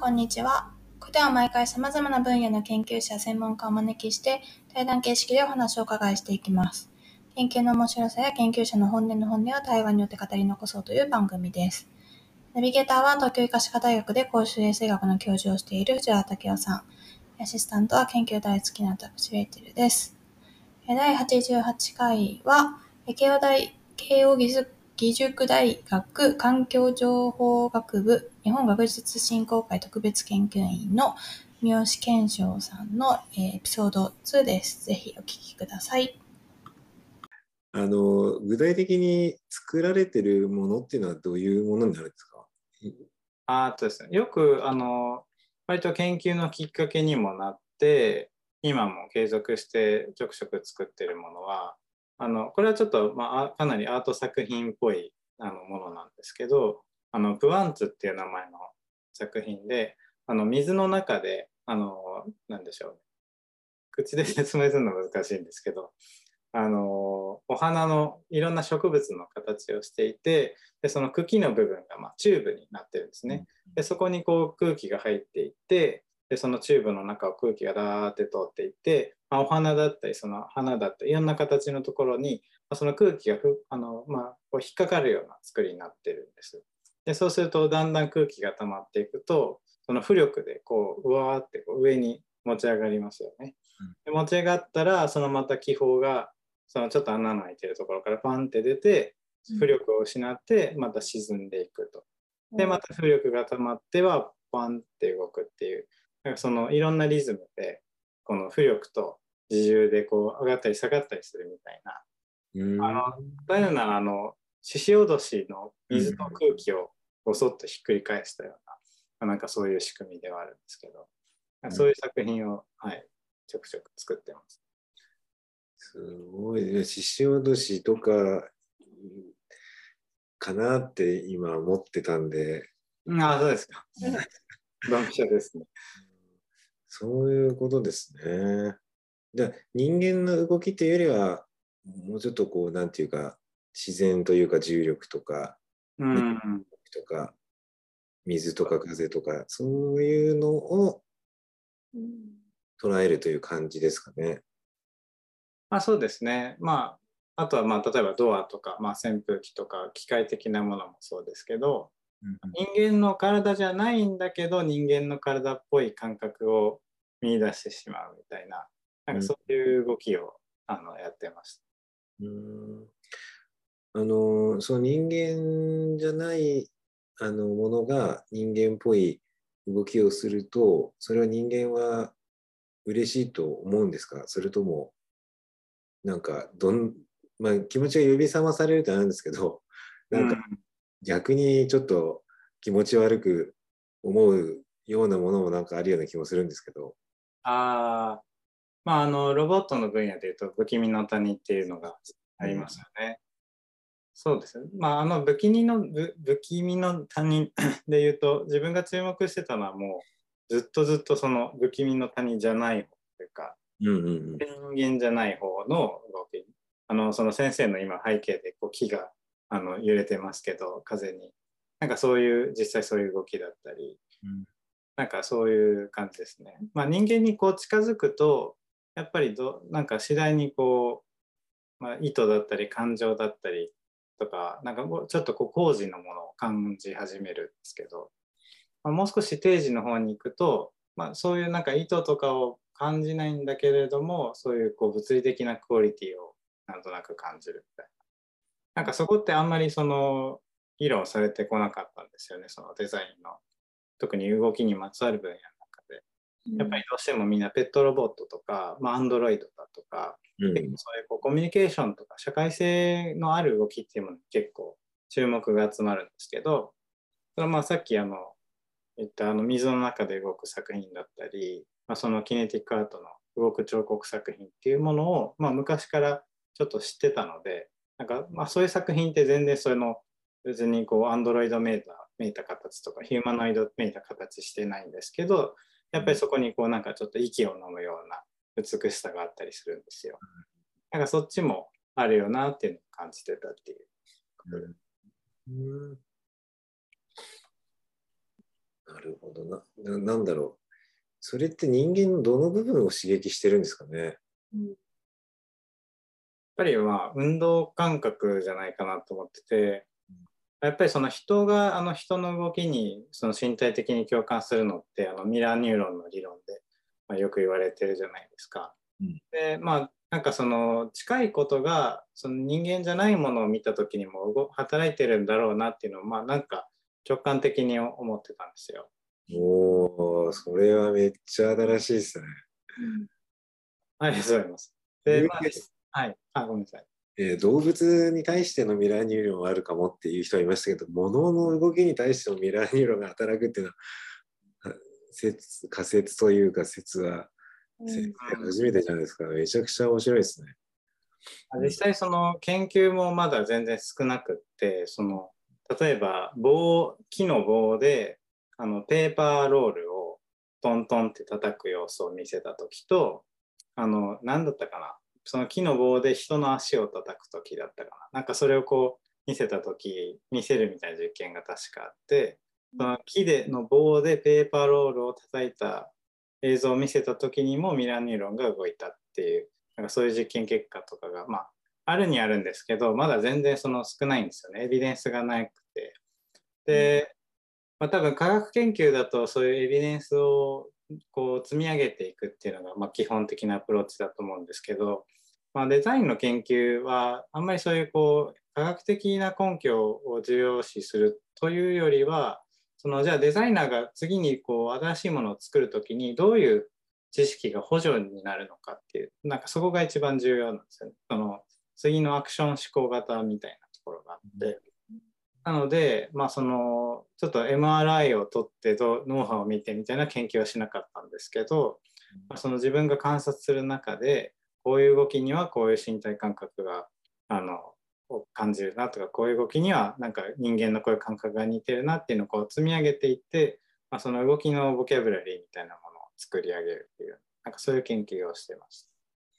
こんにちは。ここでは毎回様々な分野の研究者、専門家をお招きして、対談形式でお話をお伺いしていきます。研究の面白さや研究者の本音を対話によって語り残そうという番組です。ナビゲーターは東京医科歯科大学で公衆衛生学の教授をしている藤原武雄さん。アシスタントは研究大好きな私、レイチェルです。第88回は、慶応義塾大学環境情報学部日本学術振興会特別研究員の三好健翔さんのエピソード2です。ぜひお聞きください。 具体的に作られているものっていうのはどういうものになるんですか？ ですね、よく割と研究のきっかけにもなって今も継続してちょくちょく作っているものはこれはちょっと、かなりアート作品っぽいものなんですけどプワンツっていう名前の作品で水の中でなんでしょう、口で説明するの難しいんですけどお花のいろんな植物の形をしていて、でその茎の部分がチューブになってるんですね。でそこにこう空気が入っていって、でそのチューブの中を空気がダーって通っていって、お花だったりその花だったりいろんな形のところにその空気がこう引っかかるような作りになってるんです。でそうするとだんだん空気が溜まっていくと、その浮力でこううわーってこう上に持ち上がりますよね。で持ち上がったらそのまた気泡がそのちょっと穴の開いてるところからパンって出て浮力を失ってまた沈んでいくと。でまた浮力が溜まってはパンって動くっていう、なんかそのいろんなリズムでこの浮力と自重でこう上がったり下がったりするみたいな。例えるなら獅子おどしの水と空気をごそっとひっくり返したような、なんかそういう仕組みではあるんですけど、そういう作品を、ちょくちょく作ってます。 すごいね。獅子おどしとかかなって今思ってたんで。 そうですか。ドンピシャですね。 そういうことですね。で人間の動きというよりはもうちょっとこうなんていうか自然というか重力とか、とか水とか風とかそういうのを捉えるという感じですかね。 そうですね。あとは例えばドアとか、扇風機とか機械的なものもそうですけど、人間の体じゃないんだけど人間の体っぽい感覚を見出してしまうみたいな、なんかそういう動きをやってました。 その人間じゃないものが人間っぽい動きをすると、それは人間は嬉しいと思うんですか？それともなんか気持ちが呼び覚まされるとあるんですけど、なんか逆にちょっと気持ち悪く思うようなものもなんかあるような気もするんですけど。 ロボットの分野でいうと不気味の谷っていうのがありますよね。そうですね。不気味の谷でいうと自分が注目してたのはもうずっとその不気味の谷じゃない方というか、人間じゃない方の動き。その先生の今背景でこう木が揺れてますけど風に、なんかそういう実際そういう動きだったり、なんかそういう感じですね。人間にこう近づくとやっぱりなんか次第にこう、意図だったり感情だったりとか、なんかちょっとこう工事のものを感じ始めるんですけど、もう少し定時の方に行くと、そういうなんか意図とかを感じないんだけれども、そういうこう物理的なクオリティをなんとなく感じるみたいな。なんかそこってあんまりその議論されてこなかったんですよね、そのデザインの。特に動きにまつわる分野の中で。やっぱりどうしてもみんなペットロボットとか、アンドロイドだとか、そういうこうコミュニケーションとか社会性のある動きっていうものに結構注目が集まるんですけど、それはさっき言った水の中で動く作品だったり、そのキネティックアートの動く彫刻作品っていうものを、昔からちょっと知ってたので、なんかそういう作品って全然その別にこうアンドロイドめいた形とかヒューマノイドめいた形してないんですけど、やっぱりそこにこうなんかちょっと息を飲むような美しさがあったりするんですよ。なんかそっちもあるよなっていうのを感じてたっていうことで。 なるほどなんだろう。それって人間のどの部分を刺激してるんですかね。 やっぱり運動感覚じゃないかなと思ってて、やっぱりその人が人の動きにその身体的に共感するのってミラーニューロンの理論で、よく言われてるじゃないですか。でなんかその近いことがその人間じゃないものを見た時にも働いてるんだろうなっていうのをなんか直感的に思ってたんですよ。 おー、それはめっちゃ新しいですね。 ありがとうございます。で、はい。ごめんなさい。 動物に対してのミラーニューロンはあるかもっていう人はいましたけど、物の動きに対してのミラーニューロンが働くっていうのは、仮説というか説は、初めてじゃないですか。めちゃくちゃ面白いですね。 実際その研究もまだ全然少なくって、例えば木の棒でペーパーロールをトントンって叩く様子を見せた時と、何だったかな、その木の棒で人の足を叩く時だったかな、なんかそれをこう見せるみたいな実験が確かあって、そのの棒でペーパーロールを叩いた映像を見せた時にもミラーニューロンが動いたっていう、なんかそういう実験結果とかが、あるにあるんですけど、まだ全然その少ないんですよね。エビデンスがなくて。で、多分科学研究だとそういうエビデンスをこう積み上げていくっていうのが基本的なアプローチだと思うんですけど、デザインの研究はあんまりそういうこう科学的な根拠を重要視するというよりは、じゃあデザイナーが次にこう新しいものを作るときにどういう知識が補助になるのかっていう、なんかそこが一番重要なんですよね。次のアクション思考型みたいなところがあって。なので、ちょっと MRI を取って脳波を見てみたいな研究はしなかったんですけど、その自分が観察する中で、こういう動きにはこういう身体感覚がを感じるなとか、こういう動きにはなんか人間のこういう感覚が似てるなっていうのをこう積み上げていって、その動きのボキャブラリーみたいなものを作り上げるっていう、なんかそういう研究をしてました。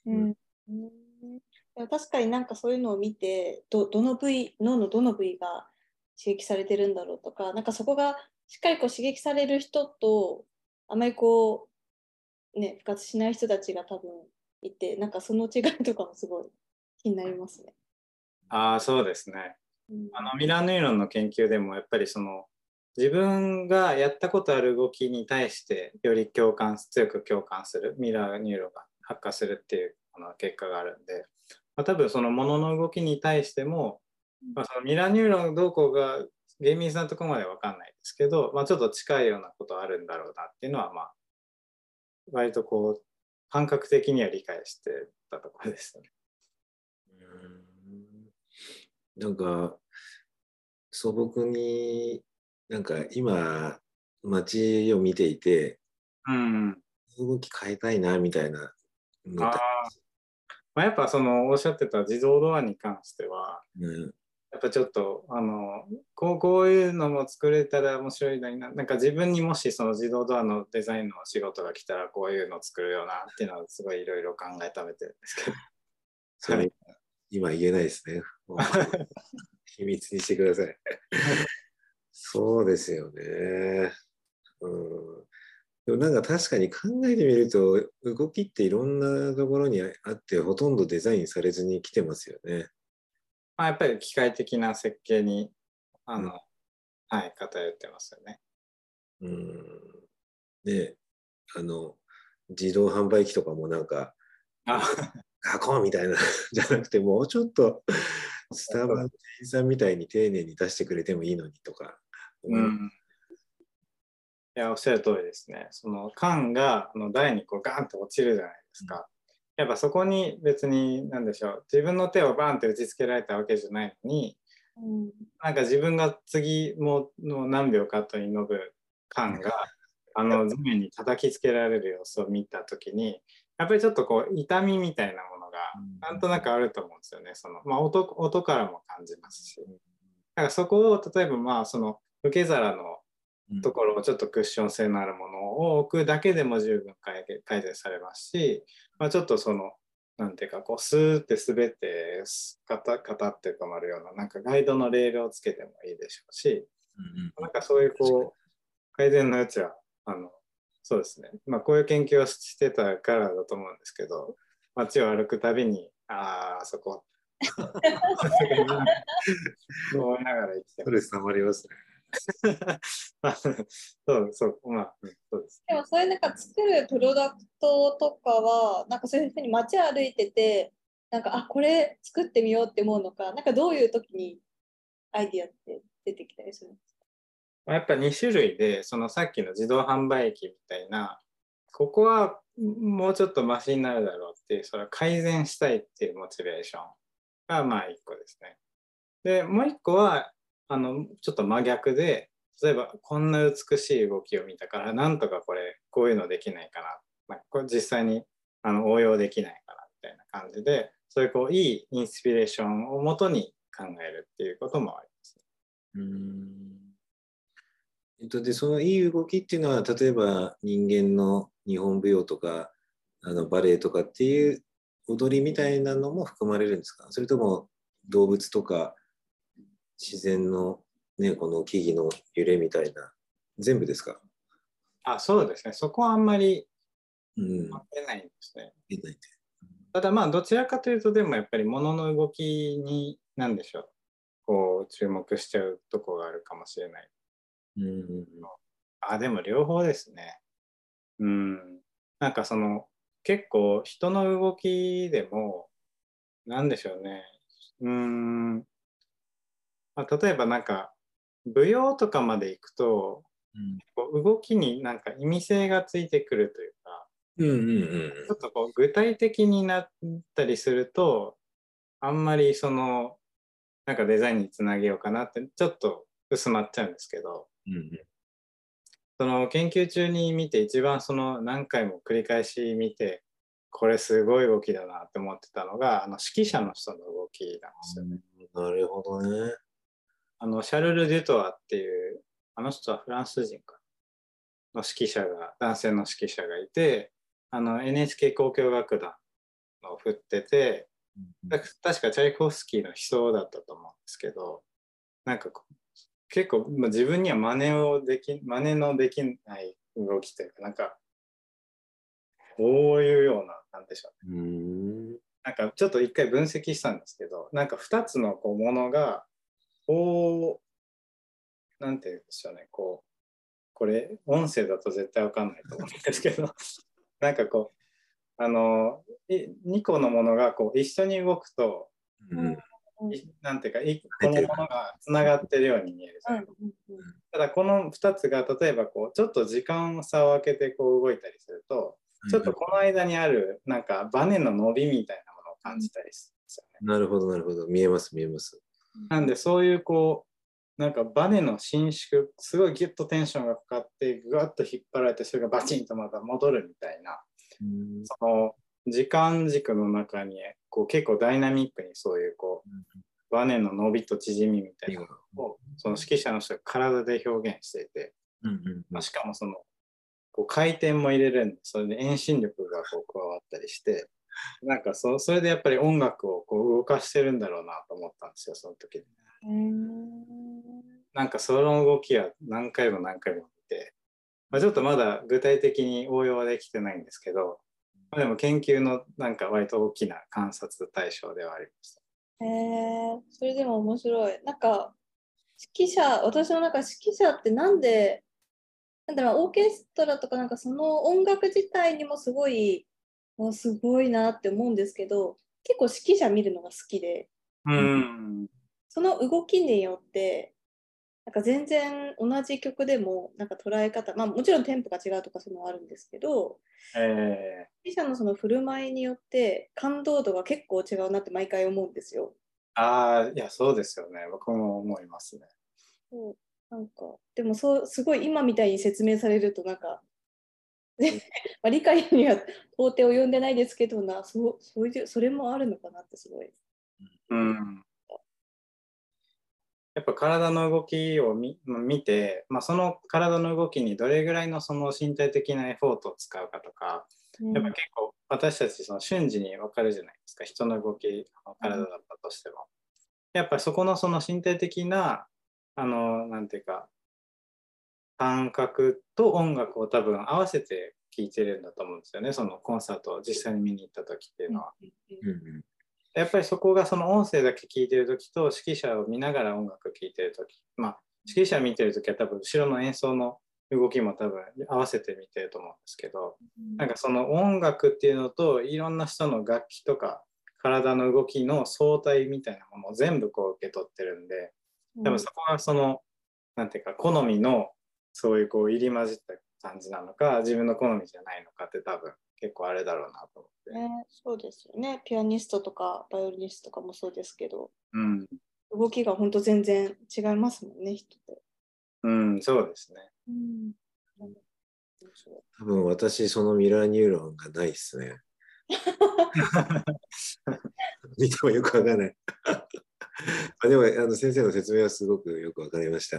確かになんかそういうのを見て脳のどの部位が刺激されてるんだろうとか、なんかそこがしっかりこう刺激される人とあまりこうね復活しない人たちが多分いて、なんかその違いとかもすごい気になりますね。 そうですね。ミラーニューロンの研究でもやっぱり自分がやったことある動きに対してより強く共感するミラーニューロンが発火するっていう結果があるんで、多分そのものの動きに対しても、そのミラーニューロン動向が厳密なところまでは分かんないですけど、ちょっと近いようなことあるんだろうなっていうのは割とこう感覚的には理解してたところですね。 なんか素朴になんか今街を見ていて、動き変えたいなみたいなのってやっぱおっしゃってた自動ドアに関しては、やっぱちょっとこういうのも作れたら面白いのにな、なんか自分にもしその自動ドアのデザインの仕事が来たらこういうのを作るよなっていうのはすごいいろいろ考えためてるんですけど、 それ今言えないですね。秘密にしてください。そうですよね。でもなんか確かに考えてみると動きっていろんなところにあってほとんどデザインされずに来てますよね。 やっぱり機械的な設計に偏ってますよね。 で自動販売機とかもなんかガコンみたいなじゃなくてもうちょっとスタバの店員さんみたいに丁寧に出してくれてもいいのにとか思います。 いやおっしゃる通りですね。その缶が台にこうガーンと落ちるじゃないですか。やっぱそこに別に何でしょう、自分の手をバーンって打ちつけられたわけじゃないのに、なんか自分が次の何秒か後に伸ぶ缶が地面に叩きつけられる様子を見たときに、やっぱりちょっとこう痛みみたいなものがなんとなくあると思うんですよね。音からも感じますし、だからそこを例えば受け皿のところをちょっとクッション性のあるものを置くだけでも十分改善されますし、ちょっとなんていうかこうスーって滑ってカタって止まるようななんかガイドのレールをつけてもいいでしょうし、なんかそういうこう改善の余地は、そうですね。まあ、こういう研究をしてたからだと思うんですけど、街を歩くたびに、あそこ、思いながら生きてます。 ストレス溜まりますね。 まあ、そうです。 でもそういうなんか作るプロダクトとかは、なんかそういうふうに街歩いてて、なんか、あ、これ作ってみようって思うのか、なんかどういう時にアイディアって出てきたりするんですか？ やっぱ2種類で、そのさっきの自動販売機みたいな、ここはもうちょっとマシになるだろうっていう、それを改善したいっていうモチベーションがまあ1個ですね。で、もう1個は、ちょっと真逆で、例えばこんな美しい動きを見たから、なんとかこういうのできないかな。まあ、これ実際に応用できないかなみたいな感じで、そういういいインスピレーションをもとに考えるっていうこともありますね。 で、そのいい動きっていうのは、例えば人間の日本舞踊とか、バレエとかっていう踊りみたいなのも含まれるんですか？それとも動物とか自然のね、この木々の揺れみたいな、全部ですか？ そうですね。そこはあんまりうん。 出ないんですね。 出ないで。 ただまあどちらかというとでもやっぱり物の動きに何でしょう、注目しちゃうとこがあるかもしれない。でも両方ですね。なんか結構人の動きでも何でしょうね。例えばなんか舞踊とかまで行くと、動きになんか意味性がついてくるというか、ちょっと具体的になったりすると、あんまりなんかデザインにつなげようかなってちょっと薄まっちゃうんですけど、その研究中に見て一番何回も繰り返し見て、これすごい動きだなって思ってたのが、指揮者の人の動きなんですよね。 なるほどね。 シャルル・デュトワっていう、あの人はフランス人かの指揮者が、男性の指揮者がいて、NHK 交響楽団を振ってて、確かチャイコフスキーの悲壮だったと思うんですけど、なんか結構、自分には真似のできない動きというか、なんか、こういうような、なんでしょうね。なんかちょっと一回分析したんですけど、なんか2つのものが、なんて言うんでしょうね、これ、音声だと絶対わかんないと思うんですけど、なんか2個のものが一緒に動くと、なんていうか、このものがつながってるように見えるじゃないですか。ただこの2つが例えばちょっと時間差を空けて動いたりすると、ちょっとこの間にあるなんかバネの伸びみたいなものを感じたりするんですよね。 なるほど、なるほど。見えます、見えます。 なんでそういうなんかバネの伸縮、すごいギュッとテンションがかかって、ぐわっと引っ張られて、それがバチンとまた戻るみたいな、その時間軸の中に結構ダイナミックにそういうバネの伸びと縮みみたいなのをその指揮者の人が体で表現していて、しかも回転も入れるんで、それで遠心力が加わったりして、なんかそれでやっぱり音楽を動かしてるんだろうなと思ったんですよ、その時に。なんかその動きは何回も何回も見て、ちょっとまだ具体的に応用はできてないんですけど、でも研究のなんか割と大きな観察対象ではありました。 それでも面白い。なんか私の中指揮者ってなんだろう、オーケストラとかなんかその音楽自体にもすごいなって思うんですけど、結構指揮者見るのが好きで、その動きによってなんか全然同じ曲でもなんか捉え方、もちろんテンポが違うとかそういうのはあるんですけど、指揮者のその振る舞いによって感動度が結構違うなって毎回思うんですよ。 いやそうですよね。僕も思いますね。 なんかでもすごい今みたいに説明されるとなんか理解には到底及んでないですけどそれもあるのかなってすごい。 やっぱ体の動きを見て、その体の動きにどれぐらいのその身体的なエフォートを使うかとか、やっぱ結構私たち瞬時に分かるじゃないですか、人の動き、体だったとしても。やっぱりそこのその身体的ななんていうか感覚と音楽を多分合わせて聴いてるんだと思うんですよね。そのコンサートを実際に見に行った時っていうのは。やっぱりそこがその音声だけ聞いてる時と指揮者を見ながら音楽聴いてる時、まあ指揮者見てる時は多分後ろの演奏の動きも多分合わせて見てると思うんですけど、なんかその音楽っていうのといろんな人の楽器とか体の動きの相対みたいなものを全部こう受け取ってるんで、多分そこがそのなんていうか好みのそういうこう入り混じった感じなのか自分の好みじゃないのかって多分結構あれだろうなと思って。 そうですよね。ピアニストとかバイオリニストとかもそうですけど、 うん、 動きが本当全然違いますもんね、人って。 うん、そうですね。 多分私、そのミラーニューロンがないですね。見てもよくわかんない。でも先生の説明はすごくよくわかりました。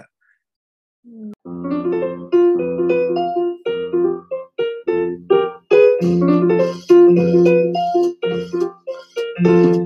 うん